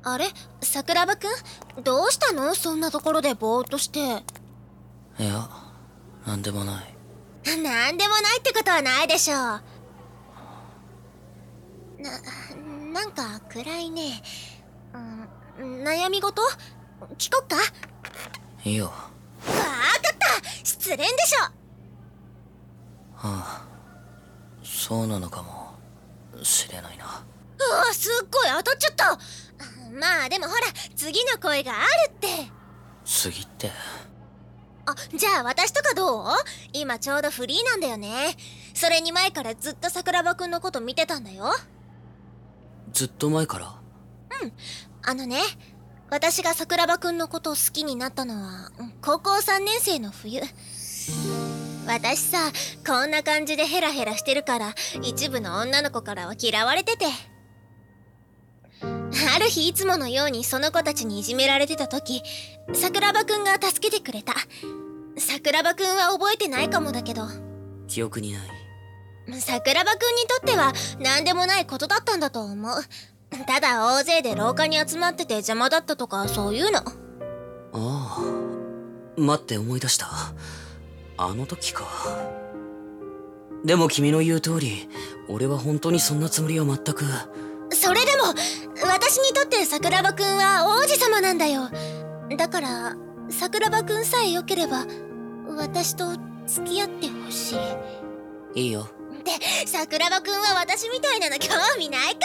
あれ、桜庭くん、どうしたの？そんなところでぼーっとして。 いや、なんでもない。 なんでもないってことはないでしょう。なんか暗いね。悩み事聞こっか？ いいよ。 わかった、失恋でしょ。 ああ、そうなのかもしれないな。 うわ、すっごい当たっちゃった。まあでもほら、次の恋があるって。 次って？ あ、じゃあ私とかどう？今ちょうどフリーなんだよね。それに前からずっと桜庭くんのこと見てたんだよ。 ずっと前から？ 私が桜庭くんのことを好きになったのは高校3年生の冬。私さ、こんな感じでヘラヘラしてるから一部の女の子からは嫌われてて、ある日いつものようにその子たちにいじめられてた時、桜庭くんが助けてくれた。桜庭くんは覚えてないかもだけど、 記憶にない。 桜庭くんにとっては何でもないことだったんだと思う。ただ大勢で廊下に集まってて邪魔だったとか、そういうの。 ああ、待って、思い出した。あの時か。でも君の言う通り、俺は本当にそんなつもりは全く。 それでも私にとって桜庭くんは王子様なんだよ。だから桜庭くんさえ良ければ私と付き合ってほしい。 いいよ。 で、桜庭くんは私みたいなの興味ないか？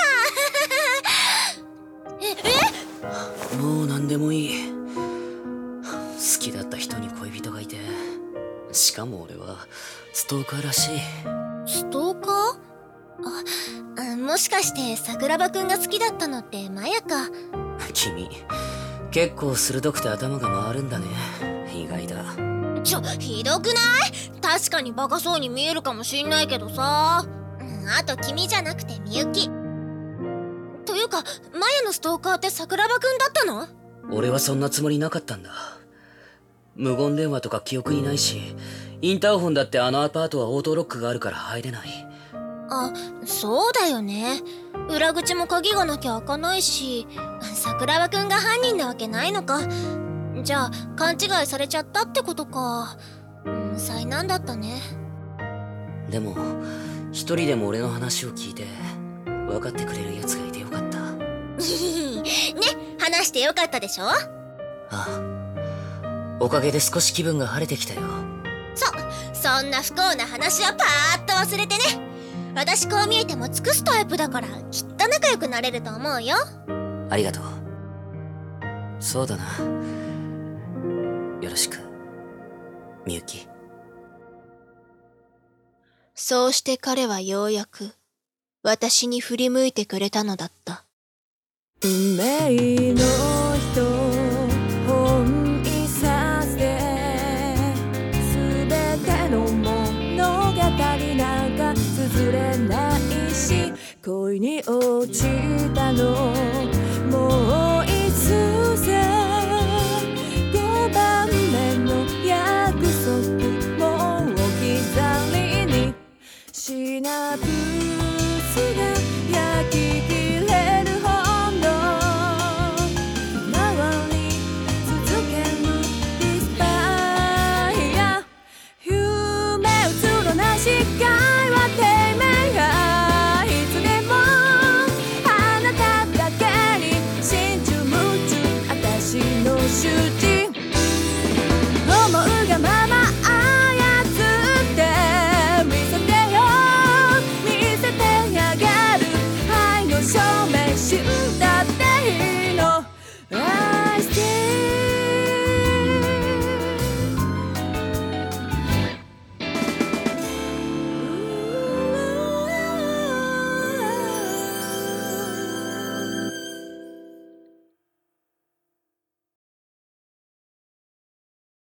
もう何でもいい。好きだった人に恋人がいて、しかも俺はストーカーらしい。 ストーカー？もしかして桜庭くんが好きだったのってマヤか？ 君結構鋭くて頭が回るんだね。意外だ。 ひどくない？確かにバカそうに見えるかもしんないけどさ。あと君じゃなくてみゆき。というか、マヤのストーカーって桜庭くんだったの？ 俺はそんなつもりなかったんだ。無言電話とか記憶にないし、インターホンだってあのアパートはオートロックがあるから入れない。 あ、そうだよね。裏口も鍵がなきゃ開かないし、桜庭くんが犯人なわけないのか。じゃあ勘違いされちゃったってことか。災難だったね。 でも一人でも俺の話を聞いて分かってくれるやつがいてよかった。 ね、話してよかったでしょ？ああ、おかげで少し気分が晴れてきたよ。 そんな不幸な話はパーッと忘れてね。私こう見えても尽くすタイプだから、きっと仲良くなれると思うよ。 ありがとう。そうだな。よろしく、みゆき。 そうして彼はようやく私に振り向いてくれたのだった。 運命の人本一冊で全ての物語なんか綴れないし、恋に落ちたの